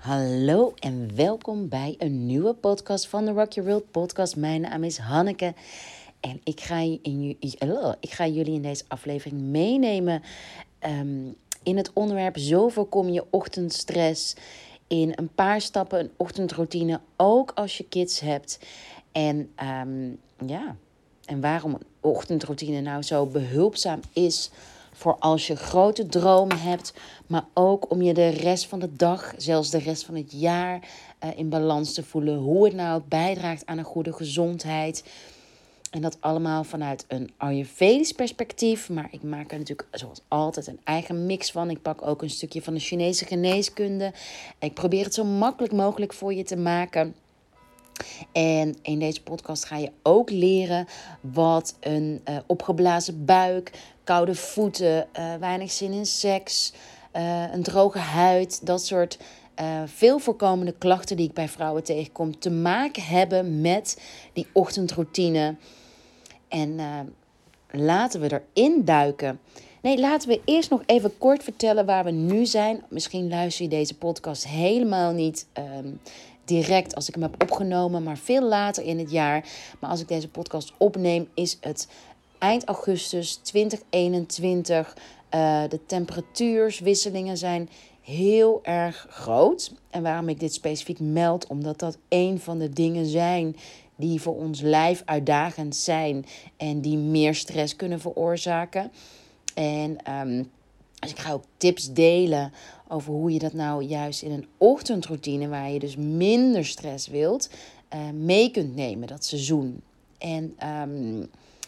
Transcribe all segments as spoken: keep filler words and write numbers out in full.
Hallo en welkom bij een nieuwe podcast van de Rock Your World podcast. Mijn naam is Hanneke en ik ga, in, ik ga jullie in deze aflevering meenemen um, in het onderwerp zo voorkom je ochtendstress in een paar stappen, een ochtendroutine, ook als je kids hebt. En um, ja, en waarom een ochtendroutine nou zo behulpzaam is voor als je grote dromen hebt, maar ook om je de rest van de dag, zelfs de rest van het jaar uh, in balans te voelen. Hoe het nou bijdraagt aan een goede gezondheid. En dat allemaal vanuit een Ayurvedisch perspectief. Maar ik maak er natuurlijk zoals altijd een eigen mix van. Ik pak ook een stukje van de Chinese geneeskunde. Ik probeer het zo makkelijk mogelijk voor je te maken. En in deze podcast ga je ook leren wat een uh, opgeblazen buik, koude voeten, uh, weinig zin in seks, uh, een droge huid, dat soort uh, veel voorkomende klachten die ik bij vrouwen tegenkom, te maken hebben met die ochtendroutine. En uh, laten we erin duiken. Nee, laten we eerst nog even kort vertellen waar we nu zijn. Misschien luister je deze podcast helemaal niet Um, direct als ik hem heb opgenomen, maar veel later in het jaar. Maar als ik deze podcast opneem, is het eind augustus twintig eenentwintig. Uh, de temperatuurswisselingen zijn heel erg groot. En waarom ik dit specifiek meld, omdat dat een van de dingen zijn die voor ons lijf uitdagend zijn en die meer stress kunnen veroorzaken. En Um, Dus ik ga ook tips delen over hoe je dat nou juist in een ochtendroutine, waar je dus minder stress wilt, uh, mee kunt nemen, dat seizoen. En um,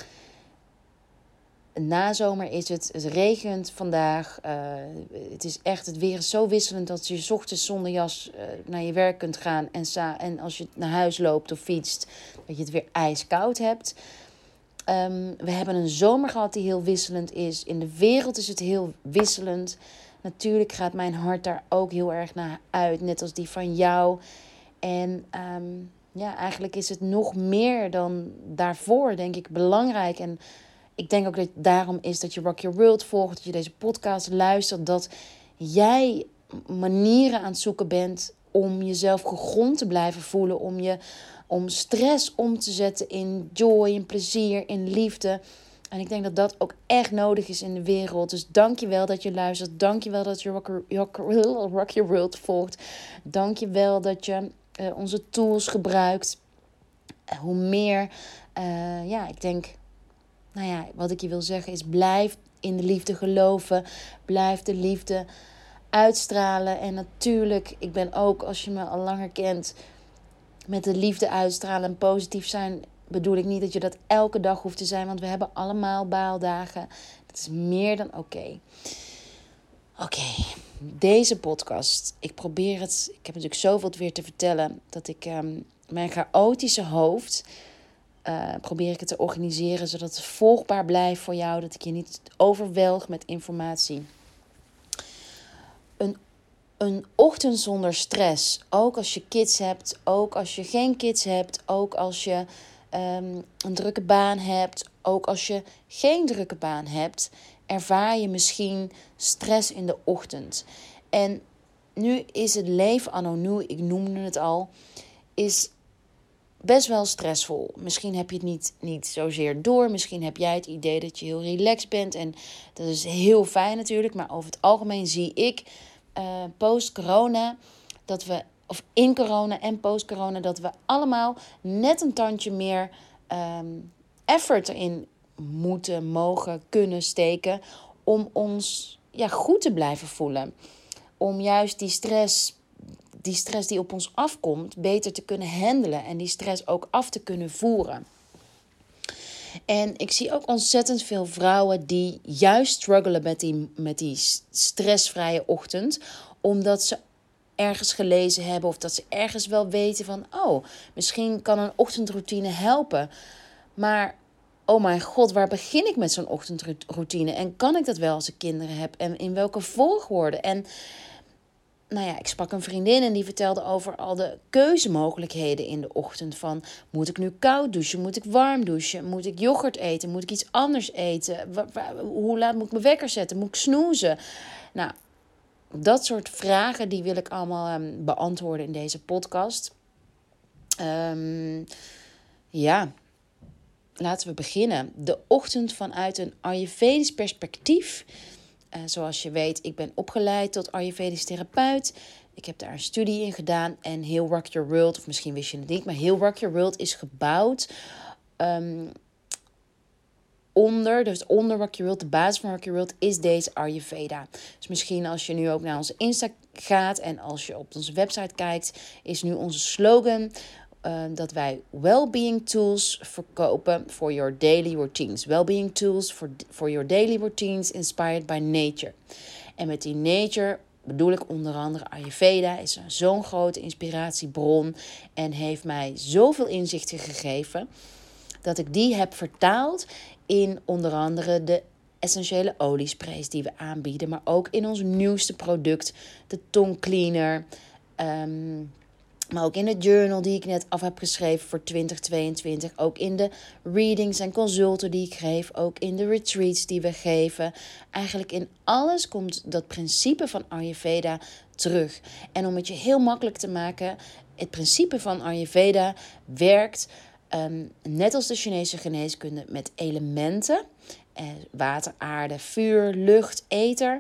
na zomer is het, het regent vandaag. Uh, het is echt, het weer is zo wisselend dat je 's ochtends zonder jas uh, naar je werk kunt gaan. En, sa- en als je naar huis loopt of fietst, dat je het weer ijskoud hebt. Um, we hebben een zomer gehad die heel wisselend is. In de wereld is het heel wisselend. Natuurlijk gaat mijn hart daar ook heel erg naar uit. Net als die van jou. En um, ja, eigenlijk is het nog meer dan daarvoor, denk ik, belangrijk. En ik denk ook dat het daarom is dat je Rock Your World volgt. Dat je deze podcast luistert. Dat jij manieren aan het zoeken bent om jezelf gegrond te blijven voelen. Om je... Om stress om te zetten in joy, in plezier, in liefde. En ik denk dat dat ook echt nodig is in de wereld. Dus dank je wel dat je luistert. Dank je wel dat je Rock, Rock, Rock Your World volgt. Dank je wel dat je uh, onze tools gebruikt. Uh, hoe meer, uh, ja, ik denk, nou ja, wat ik je wil zeggen is blijf in de liefde geloven. Blijf de liefde uitstralen. En natuurlijk, ik ben ook, als je me al langer kent, met de liefde uitstralen en positief zijn, bedoel ik niet dat je dat elke dag hoeft te zijn. Want we hebben allemaal baaldagen. Dat is meer dan oké. Okay. Oké, okay. Deze podcast. Ik probeer het. Ik heb natuurlijk zoveel weer te vertellen. Dat ik um, mijn chaotische hoofd. Uh, probeer ik het te organiseren. Zodat het volgbaar blijft voor jou. Dat ik je niet overweldig met informatie. Een Een ochtend zonder stress, ook als je kids hebt, ook als je geen kids hebt, ook als je um, een drukke baan hebt, ook als je geen drukke baan hebt, ervaar je misschien stress in de ochtend. En nu is het leven anno nu, ik noemde het al, is best wel stressvol. Misschien heb je het niet, niet zozeer door. Misschien heb jij het idee dat je heel relaxed bent. En dat is heel fijn natuurlijk. Maar over het algemeen zie ik uh, post-corona, dat we, of in corona en post-corona, dat we allemaal net een tandje meer um, effort erin moeten, mogen, kunnen steken. Om ons ja, goed te blijven voelen. Om juist die stress... die stress die op ons afkomt, beter te kunnen handelen. En die stress ook af te kunnen voeren. En ik zie ook ontzettend veel vrouwen die juist struggelen met die, met die stressvrije ochtend. Omdat ze ergens gelezen hebben of dat ze ergens wel weten van, oh, misschien kan een ochtendroutine helpen. Maar, oh mijn god, waar begin ik met zo'n ochtendroutine? En kan ik dat wel als ik kinderen heb? En in welke volgorde? En nou ja, ik sprak een vriendin en die vertelde over al de keuzemogelijkheden in de ochtend. Van, moet ik nu koud douchen? Moet ik warm douchen? Moet ik yoghurt eten? Moet ik iets anders eten? Wa- wa- hoe laat moet ik mijn wekker zetten? Moet ik snoezen? Nou, dat soort vragen die wil ik allemaal um, beantwoorden in deze podcast. Um, ja, laten we beginnen. De ochtend vanuit een Ayurvedisch perspectief. Uh, zoals je weet, ik ben opgeleid tot Ayurvedisch therapeut. Ik heb daar een studie in gedaan. En heel Rock Your World, of misschien wist je het niet, maar heel Rock Your World is gebouwd Um, onder, dus onder Rock Your World, de basis van Rock Your World, is deze Ayurveda. Dus misschien als je nu ook naar onze Insta gaat en als je op onze website kijkt, is nu onze slogan uh, dat wij well-being tools verkopen for your daily routines. Well-being tools for, for your daily routines inspired by nature. En met die nature bedoel ik onder andere Ayurveda, is zo'n grote inspiratiebron en heeft mij zoveel inzichten gegeven dat ik die heb vertaald in onder andere de essentiële oliesprays die we aanbieden. Maar ook in ons nieuwste product, de tongcleaner. Um, maar ook in de journal die ik net af heb geschreven voor twintig tweeëntwintig. Ook in de readings en consulten die ik geef. Ook in de retreats die we geven. Eigenlijk in alles komt dat principe van Ayurveda terug. En om het je heel makkelijk te maken, het principe van Ayurveda werkt Um, net als de Chinese geneeskunde met elementen. Eh, water, aarde, vuur, lucht, ether.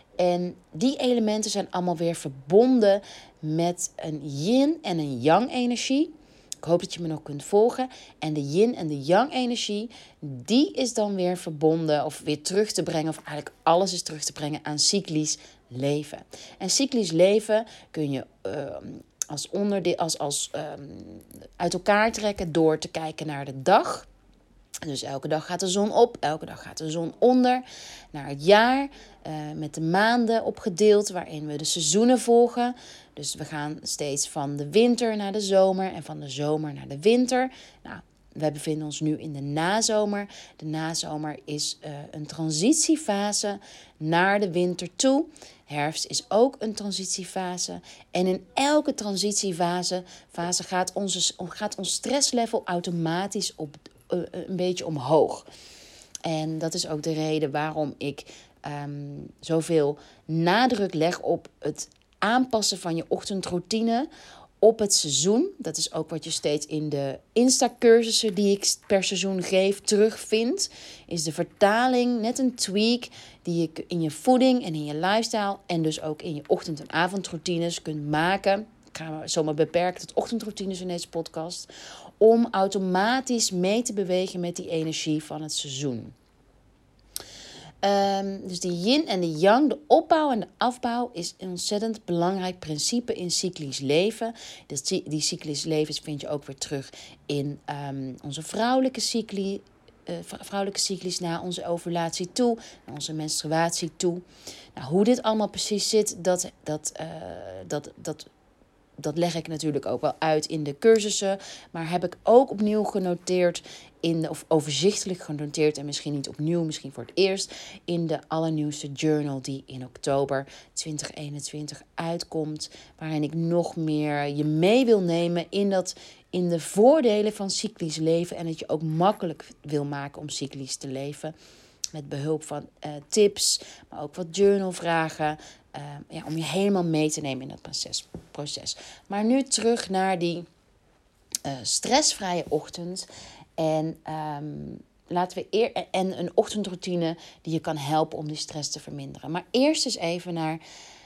En die elementen zijn allemaal weer verbonden met een yin en een yang energie. Ik hoop dat je me nog kunt volgen. En de yin en de yang energie, die is dan weer verbonden of weer terug te brengen. Of eigenlijk alles is terug te brengen aan cyclisch leven. En cyclisch leven kun je Uh, Als onderdeel, als, als um, uit elkaar trekken door te kijken naar de dag. Dus elke dag gaat de zon op, elke dag gaat de zon onder. Naar het jaar, uh, met de maanden opgedeeld, waarin we de seizoenen volgen. Dus we gaan steeds van de winter naar de zomer en van de zomer naar de winter. Nou, wij bevinden ons nu in de nazomer. De nazomer is uh, een transitiefase naar de winter toe. Herfst is ook een transitiefase. En in elke transitiefase fase gaat, onze, gaat ons stresslevel automatisch op, uh, een beetje omhoog. En dat is ook de reden waarom ik um, zoveel nadruk leg op het aanpassen van je ochtendroutine op het seizoen. Dat is ook wat je steeds in de Insta-cursussen die ik per seizoen geef terugvindt. Is de vertaling net een tweak die je in je voeding en in je lifestyle en dus ook in je ochtend- en avondroutines kunt maken. Ik ga zomaar beperken tot ochtendroutines in deze podcast. Om automatisch mee te bewegen met die energie van het seizoen. Um, dus die yin en de yang, de opbouw en de afbouw, is een ontzettend belangrijk principe in cyclisch leven. Dus die, die cyclisch leven vind je ook weer terug in um, onze vrouwelijke cycli, uh, vrouwelijke cyclies na onze ovulatie toe, naar onze menstruatie toe. Nou, hoe dit allemaal precies zit, dat, dat, uh, dat, dat, dat leg ik natuurlijk ook wel uit in de cursussen. Maar heb ik ook opnieuw genoteerd, in de, of overzichtelijk genoteerd en misschien niet opnieuw, misschien voor het eerst, in de allernieuwste journal die in oktober twintig eenentwintig uitkomt. Waarin ik nog meer je mee wil nemen in, dat, in de voordelen van cyclisch leven. En dat je ook makkelijk wil maken om cyclisch te leven. Met behulp van uh, tips, maar ook wat journalvragen. Uh, ja, om je helemaal mee te nemen in dat proces. proces. Maar nu terug naar die uh, stressvrije ochtend. En, um, laten we eer- en een ochtendroutine die je kan helpen om die stress te verminderen. Maar eerst eens even naar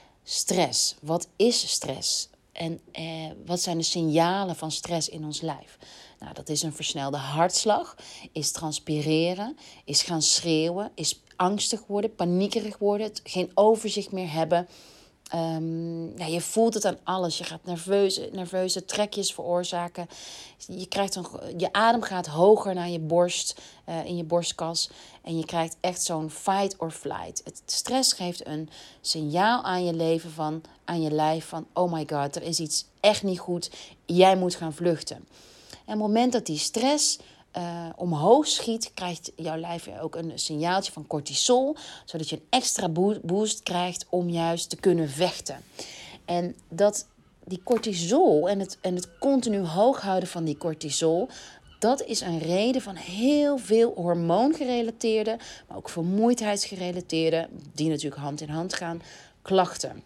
stress. Wat is stress? En eh, wat zijn de signalen van stress in ons lijf? Nou, dat is een versnelde hartslag, is transpireren, is gaan schreeuwen, is angstig worden, paniekerig worden, geen overzicht meer hebben. Um, ja, je voelt het aan alles. Je gaat nerveuze, nerveuze trekjes veroorzaken. Je, krijgt een, je adem gaat hoger naar je borst, uh, in je borstkas. En je krijgt echt zo'n fight or flight. Het stress geeft een signaal aan je leven van, aan je lijf van, oh my god, er is iets echt niet goed. Jij moet gaan vluchten. En op het moment dat die stress Uh, omhoog schiet, krijgt jouw lijf ook een signaaltje van cortisol, zodat je een extra boost krijgt om juist te kunnen vechten. En dat die cortisol en het, en het continu hoog houden van die cortisol, dat is een reden van heel veel hormoongerelateerde, maar ook vermoeidheidsgerelateerde, die natuurlijk hand in hand gaan, klachten.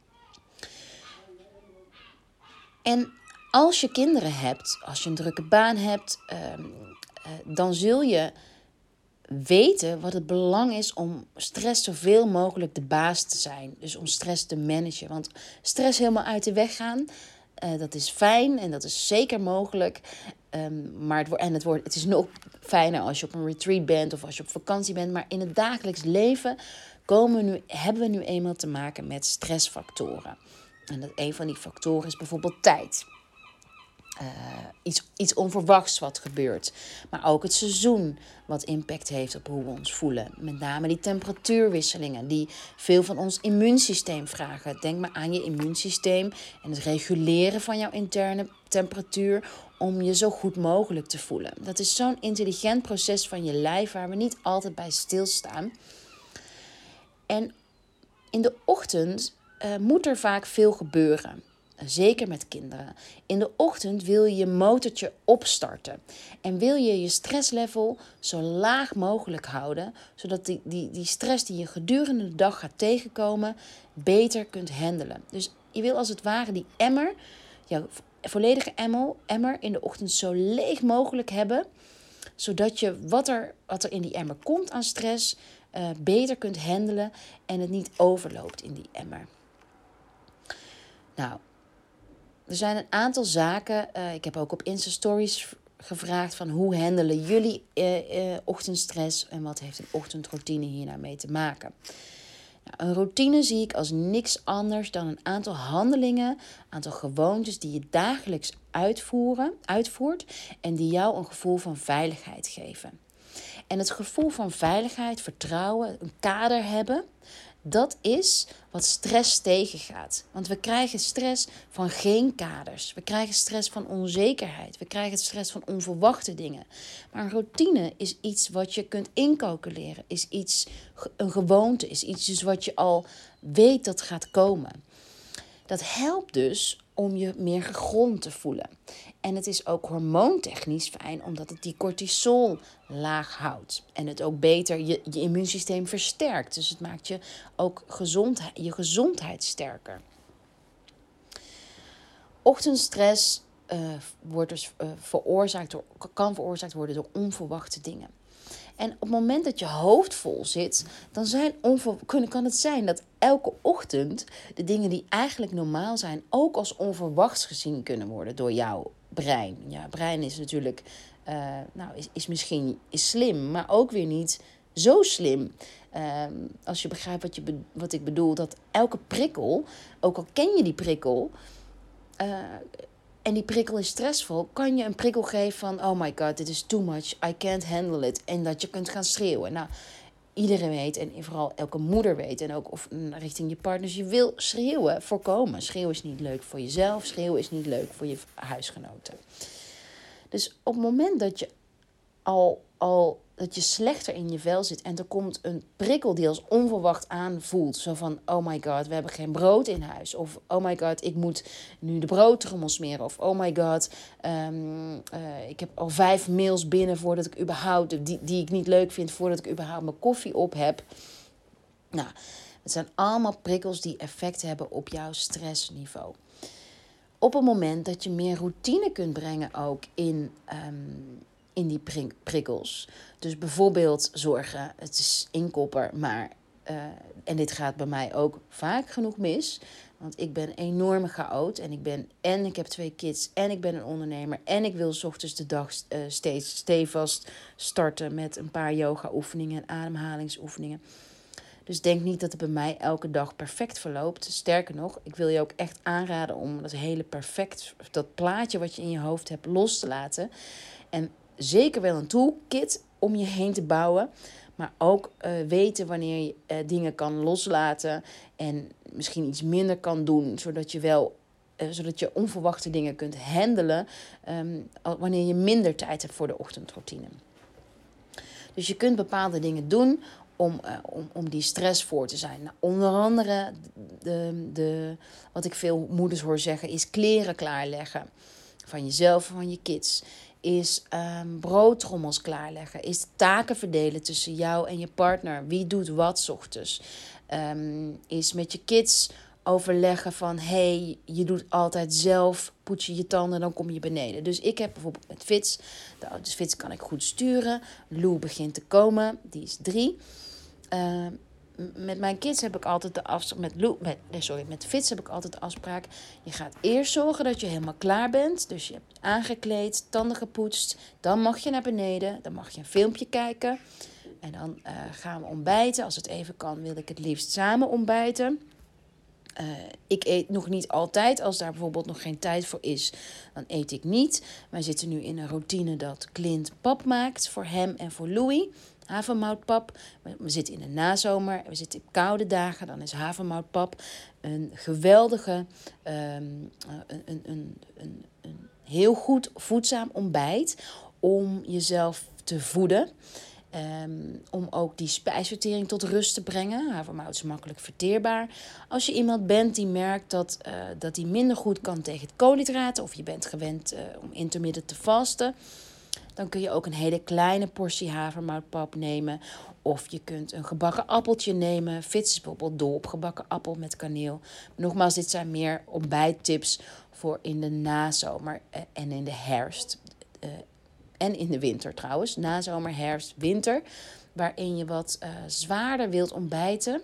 En als je kinderen hebt, als je een drukke baan hebt, uh, uh, dan zul je weten wat het belang is om stress zoveel mogelijk de baas te zijn. Dus om stress te managen. Want stress helemaal uit de weg gaan, uh, dat is fijn en dat is zeker mogelijk. Um, maar het, en het, wordt, het is nog fijner als je op een retreat bent of als je op vakantie bent. Maar in het dagelijks leven komen we nu, hebben we nu eenmaal te maken met stressfactoren. En dat een van die factoren is bijvoorbeeld tijd. Uh, iets, iets onverwachts wat gebeurt. Maar ook het seizoen wat impact heeft op hoe we ons voelen. Met name die temperatuurwisselingen die veel van ons immuunsysteem vragen. Denk maar aan je immuunsysteem en het reguleren van jouw interne temperatuur om je zo goed mogelijk te voelen. Dat is zo'n intelligent proces van je lijf waar we niet altijd bij stilstaan. En in de ochtend uh, moet er vaak veel gebeuren. Zeker met kinderen. In de ochtend wil je je motortje opstarten. En wil je je stresslevel zo laag mogelijk houden. Zodat die, die, die stress die je gedurende de dag gaat tegenkomen beter kunt handelen. Dus je wil als het ware die emmer, jouw volledige emmer, emmer in de ochtend zo leeg mogelijk hebben. Zodat je wat er, wat er in die emmer komt aan stress uh, beter kunt handelen. En het niet overloopt in die emmer. Nou. Er zijn een aantal zaken. Uh, ik heb ook op Insta Stories gevraagd van hoe handelen jullie uh, uh, ochtendstress en wat heeft een ochtendroutine hier nou mee te maken. Nou, een routine zie ik als niks anders dan een aantal handelingen, een aantal gewoontes die je dagelijks uitvoeren, uitvoert en die jou een gevoel van veiligheid geven. En het gevoel van veiligheid, vertrouwen, een kader hebben, dat is wat stress tegengaat. Want we krijgen stress van geen kaders. We krijgen stress van onzekerheid. We krijgen stress van onverwachte dingen. Maar een routine is iets wat je kunt incalculeren. Is iets, een gewoonte. Is iets dus wat je al weet dat gaat komen. Dat helpt dus om je meer gegrond te voelen. En het is ook hormoontechnisch fijn, omdat het die cortisol laag houdt. En het ook beter je, je immuunsysteem versterkt. Dus het maakt je ook gezondheid, je gezondheid sterker. Ochtendstress uh, wordt dus, uh, veroorzaakt door, kan veroorzaakt worden door onverwachte dingen. En op het moment dat je hoofd vol zit, dan zijn onver, kan het zijn dat elke ochtend de dingen die eigenlijk normaal zijn ook als onverwachts gezien kunnen worden door jouw brein. Ja, brein is natuurlijk, uh, nou, is, is misschien is slim, maar ook weer niet zo slim. Uh, als je begrijpt wat, je be, wat ik bedoel, dat elke prikkel, ook al ken je die prikkel, Uh, en die prikkel is stressvol, kan je een prikkel geven van oh my god, dit is too much, I can't handle it. En dat je kunt gaan schreeuwen. Nou, iedereen weet en vooral elke moeder weet en ook of richting je partners, je wil schreeuwen voorkomen. Schreeuwen is niet leuk voor jezelf, schreeuwen is niet leuk voor je huisgenoten. Dus op het moment dat je al, al dat je slechter in je vel zit en er komt een prikkel die als onverwacht aanvoelt. Zo van, oh my god, we hebben geen brood in huis. Of, oh my god, ik moet nu de broodtrommel smeren. Of, oh my god, um, uh, ik heb al vijf mails binnen voordat ik überhaupt, die, die ik niet leuk vind, voordat ik überhaupt mijn koffie op heb. Nou, het zijn allemaal prikkels die effect hebben op jouw stressniveau. Op het moment dat je meer routine kunt brengen ook in... Um, in die prik- prikkels. Dus bijvoorbeeld zorgen, het is inkopper, maar, uh, en dit gaat bij mij ook vaak genoeg mis, want ik ben een enorme chaot en ik ben, en ik heb twee kids en ik ben een ondernemer en ik wil 's ochtends de dag uh, steeds stevast starten met een paar yoga oefeningen en ademhalingsoefeningen. Dus denk niet dat het bij mij elke dag perfect verloopt. Sterker nog, ik wil je ook echt aanraden om dat hele perfect, dat plaatje wat je in je hoofd hebt, los te laten. En zeker wel een toolkit om je heen te bouwen. Maar ook uh, weten wanneer je uh, dingen kan loslaten. En misschien iets minder kan doen. Zodat je wel uh, zodat je onverwachte dingen kunt handelen. Um, wanneer je minder tijd hebt voor de ochtendroutine. Dus je kunt bepaalde dingen doen om, uh, om, om die stress voor te zijn. Nou, onder andere, de, de, wat ik veel moeders hoor zeggen, is kleren klaarleggen. Van jezelf en van je kids. is um, broodtrommels klaarleggen. Is taken verdelen tussen jou en je partner. Wie doet wat 's ochtends. Um, is met je kids overleggen van... hey, je doet altijd zelf, poets je je tanden, dan kom je beneden. Dus ik heb bijvoorbeeld met Fitz... Dus Fitz kan ik goed sturen. Lou begint te komen, die is drie. Uh, met mijn kids heb ik altijd de afspraak... Met, Lou, met, nee, sorry, met Fitz heb ik altijd de afspraak... je gaat eerst zorgen dat je helemaal klaar bent. Dus je hebt aangekleed, tanden gepoetst. Dan mag je naar beneden. Dan mag je een filmpje kijken. En dan uh, gaan we ontbijten. Als het even kan, wil ik het liefst samen ontbijten. Uh, ik eet nog niet altijd. Als daar bijvoorbeeld nog geen tijd voor is, dan eet ik niet. Wij zitten nu in een routine dat Clint pap maakt voor hem en voor Louis. Havermoutpap. We zitten in de nazomer. We zitten op koude dagen. Dan is havermoutpap een geweldige, um, een, een, een, een, een heel goed voedzaam ontbijt om jezelf te voeden. Um, om ook die spijsvertering tot rust te brengen. Havermout is makkelijk verteerbaar. Als je iemand bent die merkt dat uh, dat die minder goed kan tegen het koolhydraten... of je bent gewend uh, om intermittent te vasten... dan kun je ook een hele kleine portie havermoutpap nemen. Of je kunt een gebakken appeltje nemen. Fitz is bijvoorbeeld dol op gebakken appel met kaneel. Nogmaals, dit zijn meer ontbijttips voor in de nazomer uh, en in de herfst. Uh, En in de winter trouwens, nazomer, herfst, winter. Waarin je wat uh, zwaarder wilt ontbijten.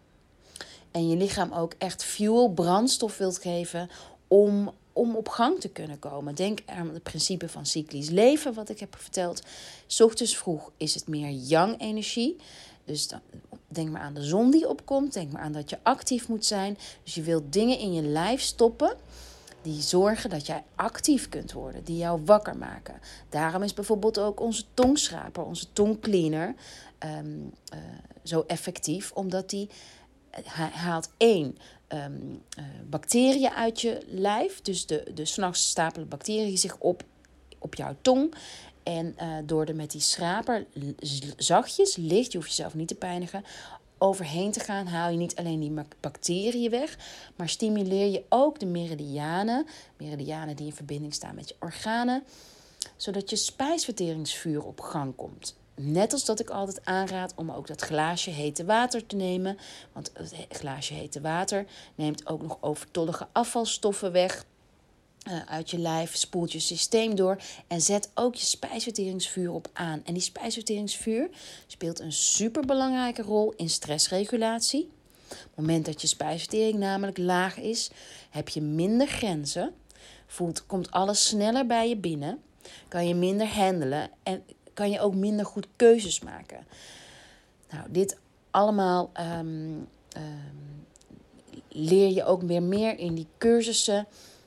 En je lichaam ook echt fuel, brandstof wilt geven om, om op gang te kunnen komen. Denk aan het principe van cyclisch leven, wat ik heb verteld. 's Ochtends vroeg is het meer yang-energie. Dus dan, denk maar aan de zon die opkomt. Denk maar aan dat je actief moet zijn. Dus je wilt dingen in je lijf stoppen die zorgen dat jij actief kunt worden, die jou wakker maken. Daarom is bijvoorbeeld ook onze tongschraper, onze tongcleaner, um, uh, zo effectief. Omdat die hij haalt één um, uh, bacteriën uit je lijf. Dus de, de 's nachts stapelen bacteriën zich op, op jouw tong. En uh, door er met die schraper zachtjes, licht, je hoeft jezelf niet te pijnigen, overheen te gaan, haal je niet alleen die bacteriën weg, maar stimuleer je ook de meridianen, meridianen die in verbinding staan met je organen, zodat je spijsverteringsvuur op gang komt. Net als dat ik altijd aanraad om ook dat glaasje hete water te nemen, want het glaasje hete water neemt ook nog overtollige afvalstoffen weg Uh, uit je lijf, spoelt je systeem door en zet ook je spijsverteringsvuur op aan. En die spijsverteringsvuur speelt een superbelangrijke rol in stressregulatie. Op het moment dat je spijsvertering namelijk laag is, heb je minder grenzen, voelt, komt alles sneller bij je binnen, kan je minder handelen en kan je ook minder goed keuzes maken. Nou, dit allemaal um, um, leer je ook weer meer in die cursussen.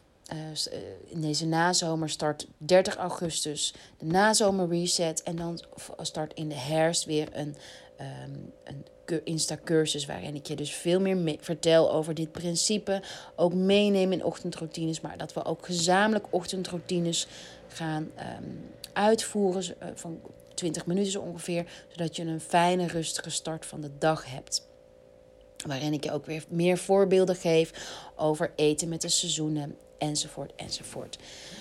Uh, in deze nazomer start dertig augustus de nazomer reset. En dan start in de herfst weer een, um, een Insta-cursus waarin ik je dus veel meer me- vertel over dit principe. Ook meenemen in ochtendroutines, maar dat we ook gezamenlijk ochtendroutines gaan um, uitvoeren uh, van twintig minuten zo ongeveer, zodat je een fijne, rustige start van de dag hebt. Waarin ik je ook weer meer voorbeelden geef over eten met de seizoenen, enzovoort, enzovoort.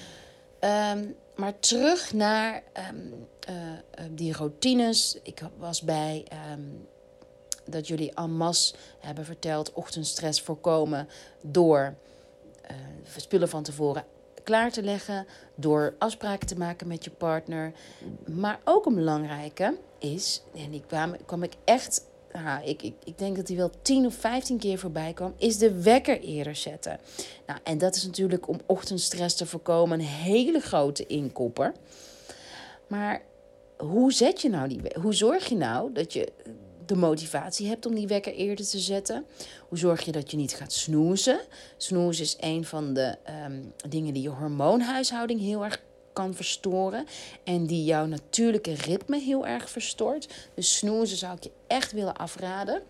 Um, maar terug naar um, uh, die routines. Ik was bij um, dat jullie en masse hebben verteld ochtendstress voorkomen door uh, spullen van tevoren klaar te leggen, door afspraken te maken met je partner. Maar ook een belangrijke is, en die kwam, kwam ik echt... Nou, ik, ik, ik denk dat hij wel tien of vijftien keer voorbij kwam, is de wekker eerder zetten. Nou, en dat is natuurlijk om ochtendstress te voorkomen een hele grote inkopper. Maar hoe zet je nou die wekker? Hoe zorg je nou dat je de motivatie hebt om die wekker eerder te zetten? Hoe zorg je dat je niet gaat snoezen? Snoezen is een van de um, dingen die je hormoonhuishouding heel erg kan verstoren en die jouw natuurlijke ritme heel erg verstoort. Dus snoezen zou ik je echt willen afraden.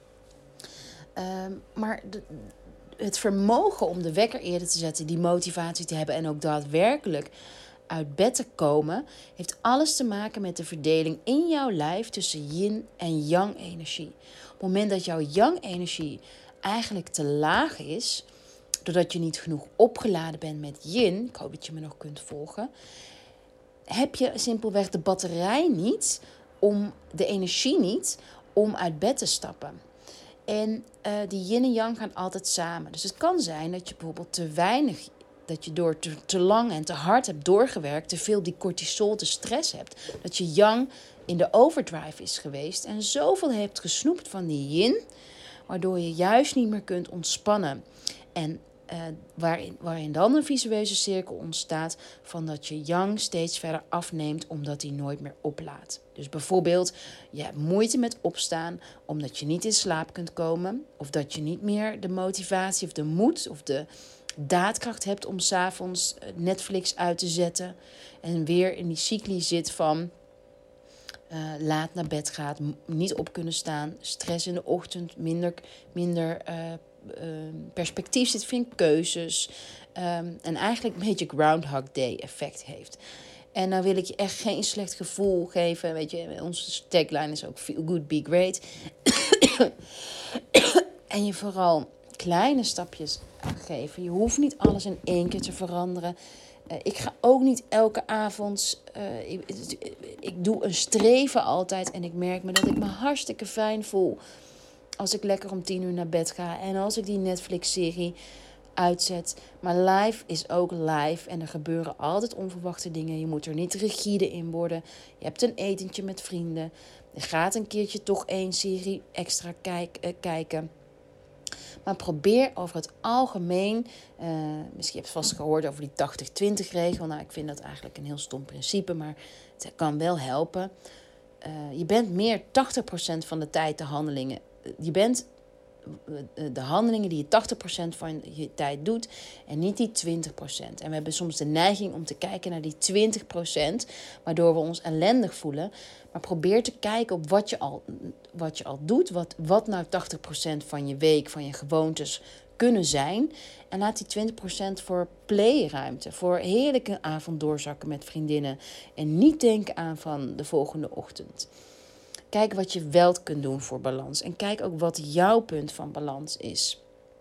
Um, maar de, het vermogen om de wekker eerder te zetten, die motivatie te hebben en ook daadwerkelijk uit bed te komen, heeft alles te maken met de verdeling in jouw lijf tussen yin en yang energie. Op het moment dat jouw yang energie eigenlijk te laag is, doordat je niet genoeg opgeladen bent met yin, ik hoop dat je me nog kunt volgen, heb je simpelweg de batterij niet, om de energie niet, om uit bed te stappen. En uh, die yin en yang gaan altijd samen. Dus het kan zijn dat je bijvoorbeeld te weinig, dat je door te, te lang en te hard hebt doorgewerkt, te veel die cortisol, de stress hebt. Dat je yang in de overdrive is geweest en zoveel hebt gesnoept van die yin, waardoor je juist niet meer kunt ontspannen. En uh, waarin, waarin dan een visueuze cirkel ontstaat van dat je yang steeds verder afneemt omdat hij nooit meer oplaadt. Dus bijvoorbeeld, je hebt moeite met opstaan omdat je niet in slaap kunt komen, of dat je niet meer de motivatie of de moed of de daadkracht hebt om 's avonds Netflix uit te zetten en weer in die cycli zit van uh, laat naar bed gaat, niet op kunnen staan, stress in de ochtend, minder, minder uh, uh, perspectief zit in keuzes um, en eigenlijk een beetje Groundhog Day effect heeft. En nou wil ik je echt geen slecht gevoel geven. Weet je, onze tagline is ook feel good, be great. En je vooral kleine stapjes geven. Je hoeft niet alles in één keer te veranderen. Uh, ik ga ook niet elke avond... Uh, ik, ik doe een streven altijd. En ik merk me dat ik me hartstikke fijn voel als ik lekker om tien uur naar bed ga. En als ik die Netflix-serie uitzet. Maar live is ook live. En er gebeuren altijd onverwachte dingen. Je moet er niet rigide in worden. Je hebt een etentje met vrienden. Je gaat een keertje toch één serie extra kijk, uh, kijken. Maar probeer over het algemeen, uh, misschien heb je het vast gehoord over die tachtig twintig regel. Nou, ik vind dat eigenlijk een heel stom principe, maar het kan wel helpen. Uh, je bent meer tachtig procent van de tijd de handelingen. Je bent de handelingen die je tachtig procent van je tijd doet en niet die twintig procent. En we hebben soms de neiging om te kijken naar die twintig procent, waardoor we ons ellendig voelen. Maar probeer te kijken op wat je al, wat je al doet, wat, wat nou tachtig procent van je week, van je gewoontes kunnen zijn. En laat die twintig procent voor playruimte, voor heerlijke avond doorzakken met vriendinnen. En niet denken aan van de volgende ochtend. Kijk wat je wel kunt doen voor balans. En kijk ook wat jouw punt van balans is.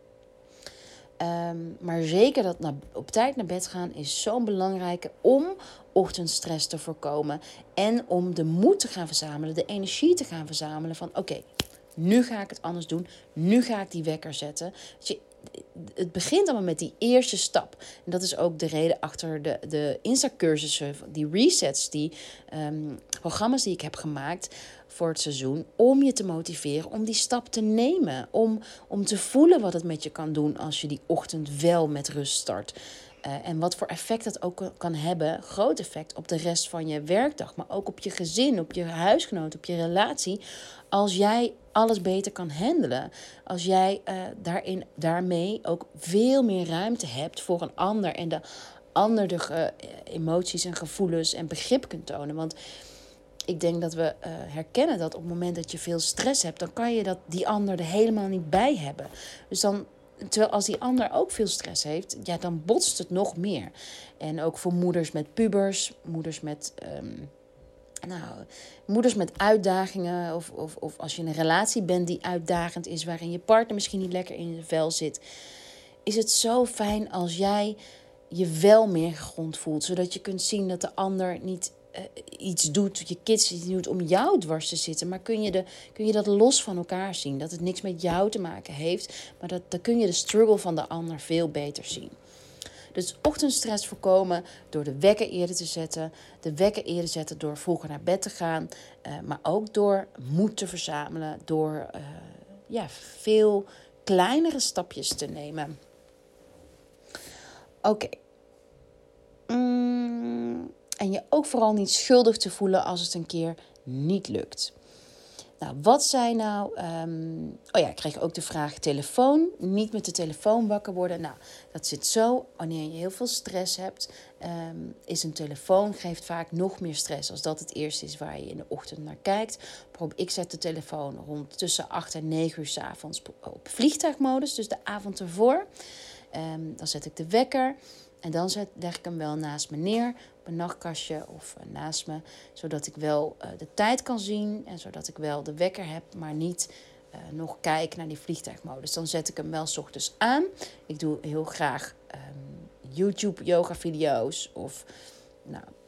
Um, maar zeker dat na, op tijd naar bed gaan is zo'n belangrijke om ochtendstress te voorkomen. En om de moed te gaan verzamelen, de energie te gaan verzamelen van oké, okay, nu ga ik het anders doen. Nu ga ik die wekker zetten. Dus je, het begint allemaal met die eerste stap. En dat is ook de reden achter de, de Insta-cursussen, die resets, die um, programma's die ik heb gemaakt voor het seizoen, om je te motiveren om die stap te nemen. Om, om te voelen wat het met je kan doen als je die ochtend wel met rust start. Uh, en wat voor effect dat ook kan hebben, groot effect op de rest van je werkdag, maar ook op je gezin, op je huisgenoot, op je relatie, als jij alles beter kan handelen. Als jij uh, daarin, daarmee ook veel meer ruimte hebt voor een ander en de ander de uh, emoties en gevoelens en begrip kunt tonen. Want ik denk dat we uh, herkennen dat op het moment dat je veel stress hebt, dan kan je dat die ander er helemaal niet bij hebben. Dus dan, terwijl als die ander ook veel stress heeft, ja, dan botst het nog meer. En ook voor moeders met pubers, moeders met, um, nou, moeders met uitdagingen, of, of, of als je in een relatie bent die uitdagend is, waarin je partner misschien niet lekker in zijn vel zit, is het zo fijn als jij je wel meer gegrond voelt, zodat je kunt zien dat de ander niet Uh, iets doet, je kids iets doet om jou dwars te zitten. Maar kun je, de, kun je dat los van elkaar zien. Dat het niks met jou te maken heeft. Maar dat, dan kun je de struggle van de ander veel beter zien. Dus ochtendstress voorkomen door de wekker eerder te zetten. De wekker eerder zetten door vroeger naar bed te gaan. Uh, maar ook door moed te verzamelen. Door uh, ja, veel kleinere stapjes te nemen. Oké. Okay. Mm. En je ook vooral niet schuldig te voelen als het een keer niet lukt. Nou, wat zijn nou... Um, oh ja, ik kreeg ook de vraag telefoon. Niet met de telefoon wakker worden. Nou, dat zit zo. Wanneer je heel veel stress hebt, um, is een telefoon geeft vaak nog meer stress. Als dat het eerste is waar je in de ochtend naar kijkt. Ik zet de telefoon rond tussen acht en negen uur 's avonds op vliegtuigmodus. Dus de avond ervoor. Um, dan zet ik de wekker. En dan zet, leg ik hem wel naast me neer, op een nachtkastje of uh, naast me. Zodat ik wel uh, de tijd kan zien en zodat ik wel de wekker heb, maar niet uh, nog kijk naar die vliegtuigmodus. Dan zet ik hem wel 's ochtends aan. Ik doe heel graag um, YouTube yoga video's of nou,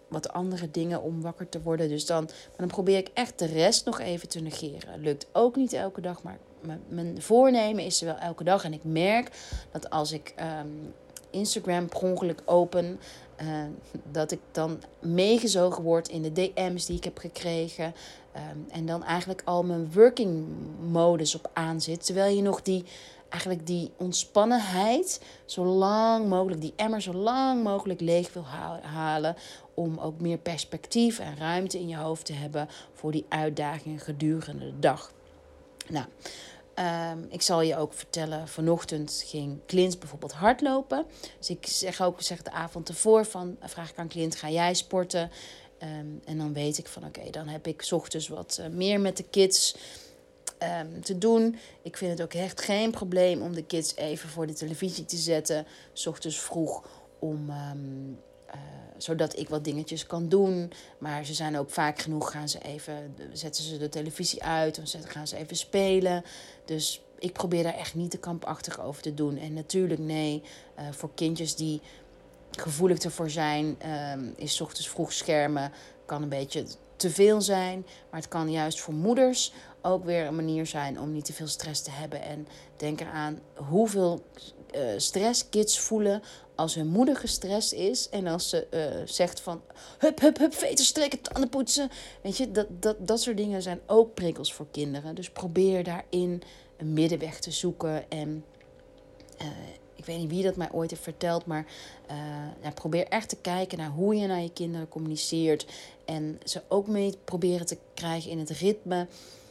wat andere dingen om wakker te worden. Dus dan, maar dan probeer ik echt de rest nog even te negeren. Lukt ook niet elke dag, maar m- mijn voornemen is er wel elke dag. En ik merk dat als ik um, Instagram per ongeluk open, uh, dat ik dan meegezogen word in de D M's die ik heb gekregen. Um, en dan eigenlijk al mijn working modus op aanzit. Terwijl je nog die, eigenlijk die ontspannenheid zo lang mogelijk, die emmer zo lang mogelijk leeg wil halen. Om ook meer perspectief en ruimte in je hoofd te hebben voor die uitdagingen gedurende de dag. Nou, um, ik zal je ook vertellen, vanochtend ging Clint bijvoorbeeld hardlopen. Dus ik zeg ook zeg de avond ervoor van, vraag ik aan Clint, ga jij sporten? Um, en dan weet ik van oké, okay, dan heb ik 's ochtends wat uh, meer met de kids um, te doen. Ik vind het ook echt geen probleem om de kids even voor de televisie te zetten. 's Ochtends vroeg om... Um, Uh, zodat ik wat dingetjes kan doen. Maar ze zijn ook vaak genoeg, gaan ze even, zetten ze de televisie uit, of gaan ze even spelen. Dus ik probeer daar echt niet te krampachtig over te doen. En natuurlijk, nee, uh, voor kindjes die gevoelig ervoor zijn, uh, is 's ochtends vroeg schermen, kan een beetje te veel zijn. Maar het kan juist voor moeders ook weer een manier zijn om niet te veel stress te hebben. En denk eraan hoeveel uh, stress kids voelen als hun moeder gestrest is. En als ze uh, zegt van hup, hup, hup, veters strekken, tanden poetsen. Weet je, dat, dat, dat soort dingen zijn ook prikkels voor kinderen. Dus probeer daarin een middenweg te zoeken. En uh, ik weet niet wie dat mij ooit heeft verteld, maar uh, ja, probeer echt te kijken naar hoe je naar je kinderen communiceert. En ze ook mee proberen te krijgen in het ritme.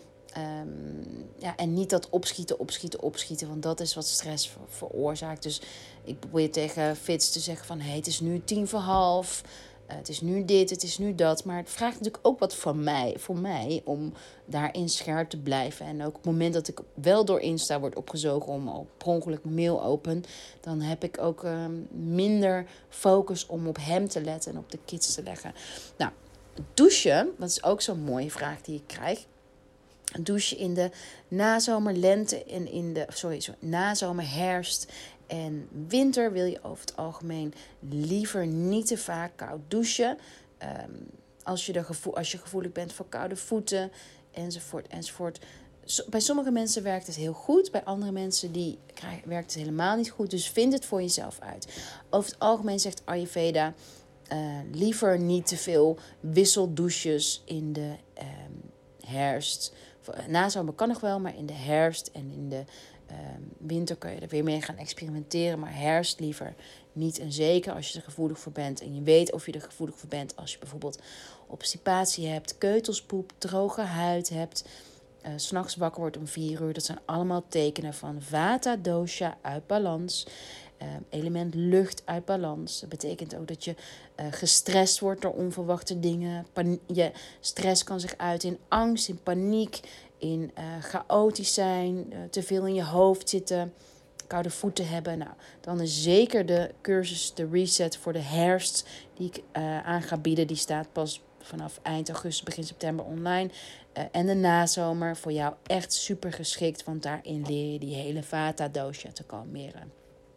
Um, ja, en niet dat opschieten, opschieten, opschieten. Want dat is wat stress ver- veroorzaakt. Dus ik probeer tegen Fitz te zeggen van... Hey, het is nu tien voor half. Uh, het is nu dit, het is nu dat. Maar het vraagt natuurlijk ook wat van mij, voor mij... om daarin scherp te blijven. En ook op het moment dat ik wel door Insta word opgezogen... om al per ongeluk mijn mail open... dan heb ik ook um, minder focus om op hem te letten... en op de kids te leggen. Nou, douchen, dat is ook zo'n mooie vraag die ik krijg... Douchen in de nazomer, lente en in de sorry, sorry, nazomer, herfst en winter wil je over het algemeen liever niet te vaak koud douchen. Um, als, je er gevoel, als je gevoelig bent voor koude voeten enzovoort enzovoort. Bij sommige mensen werkt het heel goed. Bij andere mensen die krijgen, werkt het helemaal niet goed. Dus vind het voor jezelf uit. Over het algemeen zegt Ayurveda... Uh, liever niet te veel wisseldouches in de um, herfst. Nazomer kan nog wel, maar in de herfst en in de uh, winter kun je er weer mee gaan experimenteren. Maar herfst liever niet. En zeker als je er gevoelig voor bent. En je weet of je er gevoelig voor bent als je bijvoorbeeld obstipatie hebt, keutelspoep, droge huid hebt... Uh, 's nachts wakker wordt om vier uur. Dat zijn allemaal tekenen van vata dosha uit balans. Uh, element lucht uit balans. Dat betekent ook dat je uh, gestrest wordt door onverwachte dingen. Pan- je stress kan zich uiten in angst, in paniek, in uh, chaotisch zijn, uh, te veel in je hoofd zitten, koude voeten hebben. Nou, dan is zeker de cursus, de reset voor de herfst die ik uh, aan ga bieden. Die staat pas vanaf eind augustus, begin september online. Uh, en de nazomer voor jou echt super geschikt. Want daarin leer je die hele vata dosha te kalmeren.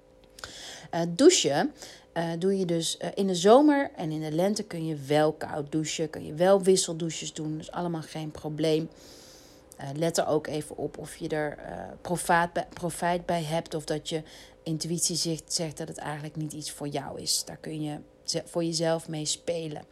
Uh, douchen uh, doe je dus uh, in de zomer en in de lente kun je wel koud douchen. Kun je wel wisseldouches doen. Dus allemaal geen probleem. Uh, let er ook even op of je er uh, profijt, bij, profijt bij hebt. Of dat je intuïtie zegt, zegt dat het eigenlijk niet iets voor jou is. Daar kun je voor jezelf mee spelen.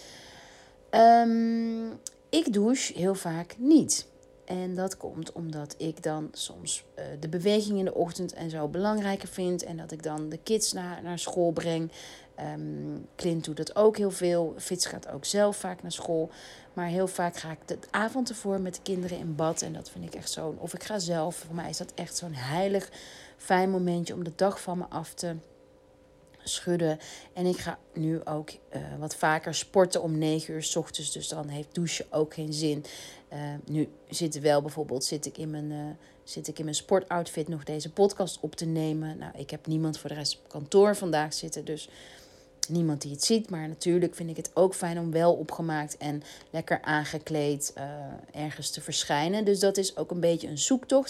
Um, ik douche heel vaak niet. En dat komt omdat ik dan soms uh, de beweging in de ochtend en zo belangrijker vind. En dat ik dan de kids naar, naar school breng. Um, Clint doet dat ook heel veel. Fitz gaat ook zelf vaak naar school. Maar heel vaak ga ik de avond ervoor met de kinderen in bad. En dat vind ik echt zo'n... Of ik ga zelf. Voor mij is dat echt zo'n heilig, fijn momentje om de dag van me af te schudden. En ik ga nu ook uh, wat vaker sporten om negen uur 's ochtends. Dus dan heeft douchen ook geen zin. Uh, nu zit wel bijvoorbeeld zit ik in mijn, uh, zit ik in mijn sportoutfit nog deze podcast op te nemen. Nou, ik heb niemand voor de rest op kantoor vandaag zitten. Dus niemand die het ziet. Maar natuurlijk vind ik het ook fijn om wel opgemaakt en lekker aangekleed uh, ergens te verschijnen. Dus dat is ook een beetje een zoektocht.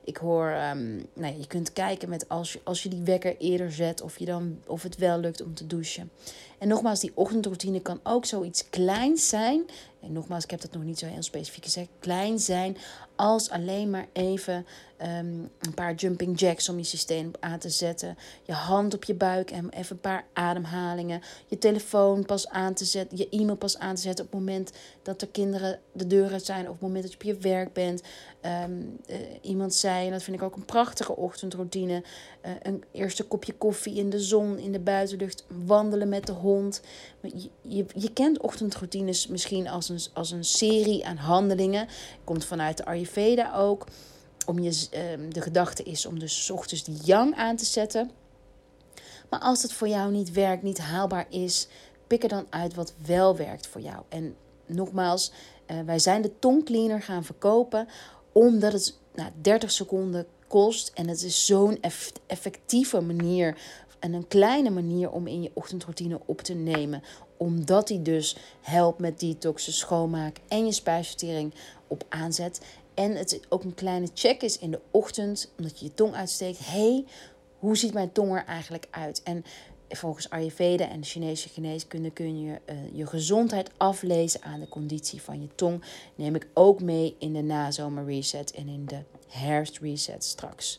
Ik hoor, um, nou ja, je kunt kijken met als je, als je die wekker eerder zet, of, je dan, of het wel lukt om te douchen. En nogmaals, die ochtendroutine kan ook zoiets kleins zijn. En nogmaals, ik heb dat nog niet zo heel specifiek gezegd. Klein zijn als alleen maar even um, een paar jumping jacks om je systeem aan te zetten. Je hand op je buik en even een paar ademhalingen. Je telefoon pas aan te zetten. Je e-mail pas aan te zetten op het moment dat er kinderen de deur uit zijn. Of op het moment dat je op je werk bent. Um, uh, iemand zei, en dat vind ik ook een prachtige ochtendroutine. Uh, een eerste kopje koffie in de zon, in de buitenlucht. Wandelen met de hond. Je, je, je kent ochtendroutines misschien als een, als een serie aan handelingen. Komt vanuit de Ayurveda ook. Om je, um, de gedachte is om dus 's ochtends die yang aan te zetten. Maar als het voor jou niet werkt, niet haalbaar is, pik er dan uit wat wel werkt voor jou. En nogmaals, uh, wij zijn de tongcleaner gaan verkopen omdat het nou, dertig seconden kost. En het is zo'n eff- effectieve manier en een kleine manier om in je ochtendroutine op te nemen. Omdat die dus helpt met detoxen, schoonmaak en je spijsvertering op aanzet. En het ook een kleine check is in de ochtend, omdat je je tong uitsteekt. Hey, hoe ziet mijn tong er eigenlijk uit? En volgens Ayurveda en de Chinese geneeskunde kun je uh, je gezondheid aflezen aan de conditie van je tong. Neem ik ook mee in de nazomer reset en in de herfst reset straks.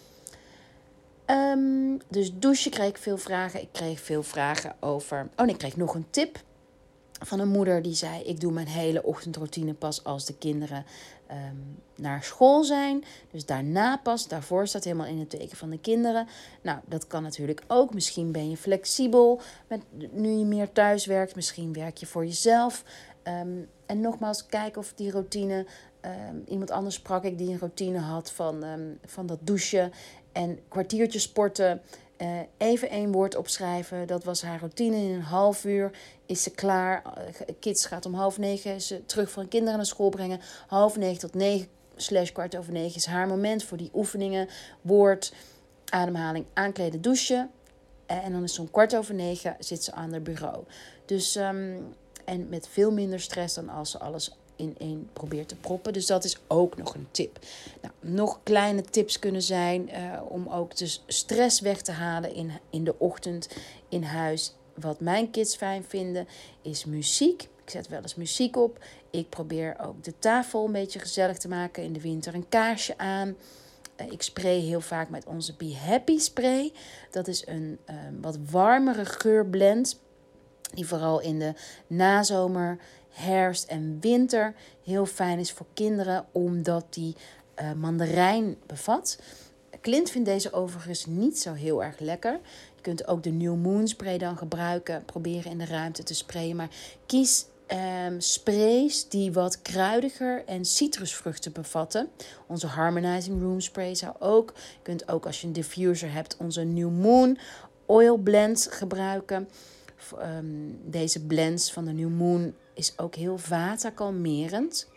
Um, dus douchen kreeg ik veel vragen. Ik kreeg veel vragen over... Oh, en ik kreeg nog een tip van een moeder die zei: ik doe mijn hele ochtendroutine pas als de kinderen um, naar school zijn. Dus daarna pas, daarvoor staat helemaal in het teken van de kinderen. Nou, dat kan natuurlijk ook. Misschien ben je flexibel met, nu je meer thuis werkt. Misschien werk je voor jezelf. Um, en nogmaals, kijk of die routine... Um, iemand anders sprak ik die een routine had van, um, van dat douchen en kwartiertje sporten. Uh, even één woord opschrijven. Dat was haar routine. In een half uur is ze klaar. Uh, kids gaat om half negen ze terug van kinderen naar school brengen. Half negen tot negen slash kwart over negen is haar moment voor die oefeningen. Woord, ademhaling, aankleden, douchen. Uh, en dan is zo'n kwart over negen zit ze aan haar bureau. Dus um, en met veel minder stress dan als ze alles in één probeert te proppen. Dus dat is ook nog een tip. Nou, nog kleine tips kunnen zijn uh, om ook de stress weg te halen in, in de ochtend in huis. Wat mijn kids fijn vinden is muziek. Ik zet wel eens muziek op. Ik probeer ook de tafel een beetje gezellig te maken. In de winter een kaarsje aan. Uh, ik spray heel vaak met onze Be Happy spray. Dat is een uh, wat warmere geurblend. Die vooral in de nazomer, herfst en winter heel fijn is voor kinderen, omdat die uh, mandarijn bevat. Clint vindt deze overigens niet zo heel erg lekker. Je kunt ook de New Moon spray dan gebruiken. Proberen in de ruimte te sprayen. Maar kies um, sprays die wat kruidiger en citrusvruchten bevatten. Onze Harmonizing Room Spray zou ook. Je kunt ook als je een diffuser hebt onze New Moon Oil Blend gebruiken. Um, deze blends van de New Moon is ook heel vata-kalmerend.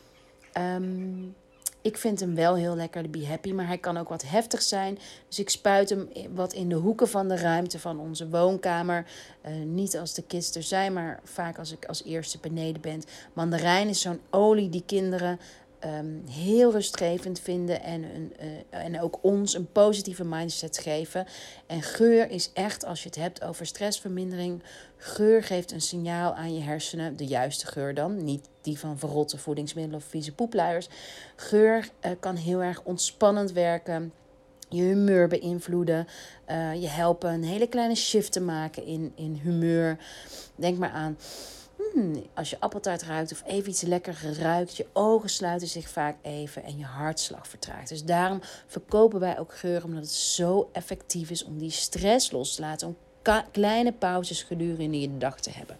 Um, ik vind hem wel heel lekker, de Be Happy, maar hij kan ook wat heftig zijn. Dus ik spuit hem wat in de hoeken van de ruimte van onze woonkamer. Uh, niet als de kids er zijn, maar vaak als ik als eerste beneden ben. Mandarijn is zo'n olie die kinderen um, heel rustgevend vinden en, een, uh, en ook ons een positieve mindset geven. En geur is echt, als je het hebt over stressvermindering, geur geeft een signaal aan je hersenen, de juiste geur dan, niet die van verrotte voedingsmiddelen of vieze poepluiers. Geur uh, kan heel erg ontspannend werken, je humeur beïnvloeden, uh, je helpen een hele kleine shift te maken in, in humeur. Denk maar aan, hmm, als je appeltaart ruikt of even iets lekker ruikt, je ogen sluiten zich vaak even en je hartslag vertraagt. Dus daarom verkopen wij ook geur, omdat het zo effectief is om die stress los te laten, om ka- kleine pauzes gedurende je dag te hebben.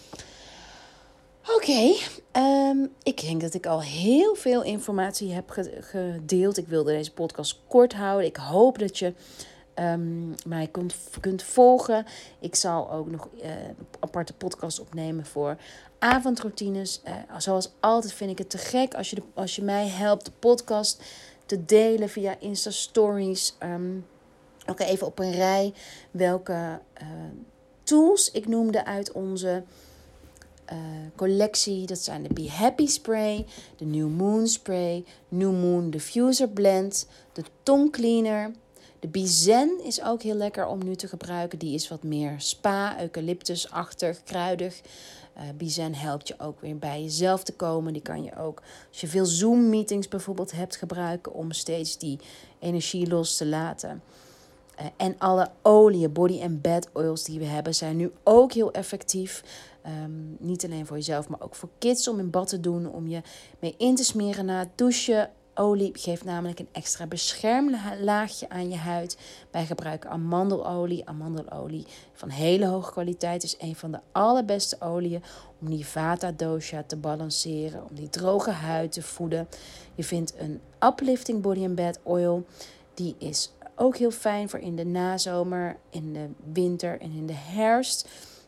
Oké, okay, um, ik denk dat ik al heel veel informatie heb gedeeld. Ik wilde deze podcast kort houden. Ik hoop dat je um, mij kunt, kunt volgen. Ik zal ook nog uh, een aparte podcast opnemen voor avondroutines. Uh, zoals altijd vind ik het te gek als je, de, als je mij helpt de podcast te delen via Insta Stories. Um, ook even op een rij welke uh, tools ik noemde uit onze uh, collectie. Dat zijn de Be Happy Spray, de New Moon Spray, New Moon Diffuser Blend, de Tongue Cleaner. De Bizen is ook heel lekker om nu te gebruiken. Die is wat meer spa, eucalyptusachtig, kruidig. Uh, Bizen helpt je ook weer bij jezelf te komen. Die kan je ook, als je veel Zoom-meetings bijvoorbeeld hebt, gebruiken om steeds die energie los te laten. Uh, en alle oliën, body and bed oils die we hebben, zijn nu ook heel effectief. Um, niet alleen voor jezelf, maar ook voor kids om in bad te doen. Om je mee in te smeren na het douchen. Olie geeft namelijk een extra beschermlaagje aan je huid. Wij gebruiken amandelolie. Amandelolie van hele hoge kwaliteit is een van de allerbeste oliën om die vata dosha te balanceren, om die droge huid te voeden. Je vindt een uplifting body and bed oil. Die is ook heel fijn voor in de nazomer, in de winter en in de herfst.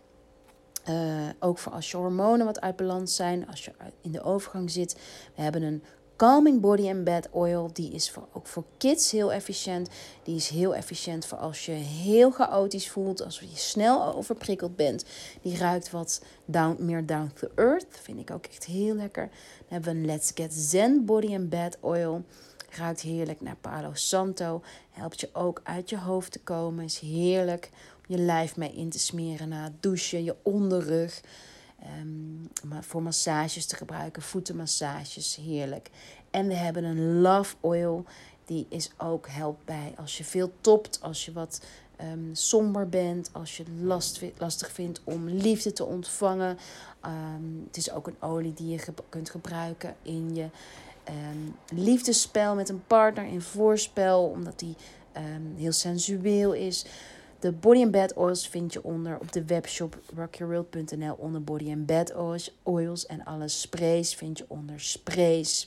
Uh, ook voor als je hormonen wat uit balans zijn, als je in de overgang zit. We hebben een Calming Body and Bed Oil. Die is voor, ook voor kids heel efficiënt. Die is heel efficiënt voor als je heel chaotisch voelt. Als je snel overprikkeld bent. Die ruikt wat down, meer down to earth. Vind ik ook echt heel lekker. Dan hebben we een Let's Get Zen Body and Bed Oil. Ruikt heerlijk naar Palo Santo. Helpt je ook uit je hoofd te komen. Is heerlijk om je lijf mee in te smeren na het douchen. Je onderrug. Um, voor massages te gebruiken, voetenmassages, heerlijk. En we hebben een Love Oil, die is ook helpt bij als je veel topt, als je wat um, somber bent, als je het last, lastig vindt om liefde te ontvangen. Um, het is ook een olie die je ge- kunt gebruiken in je um, liefdesspel met een partner, in voorspel, omdat die um, heel sensueel is. De Body and Bed Oils vind je onder op de webshop rock your world punt n l onder Body and Bed Oils. En alle sprays vind je onder sprays.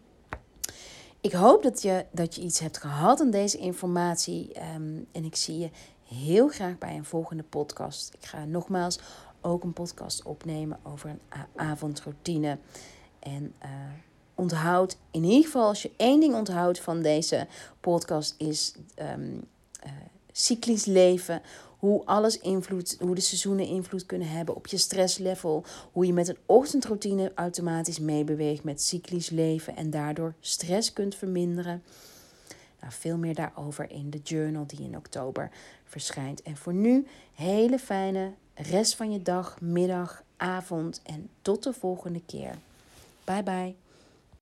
Ik hoop dat je, dat je iets hebt gehad aan deze informatie. Um, en ik zie je heel graag bij een volgende podcast. Ik ga nogmaals ook een podcast opnemen over een a- avondroutine. En uh, onthoud, in ieder geval als je één ding onthoudt van deze podcast is Um, uh, cyclisch leven, hoe alles invloed, hoe de seizoenen invloed kunnen hebben op je stresslevel, hoe je met een ochtendroutine automatisch meebeweegt met cyclisch leven en daardoor stress kunt verminderen. Nou, veel meer daarover in de journal die in oktober verschijnt. En voor nu, hele fijne rest van je dag, middag, avond en tot de volgende keer. Bye bye.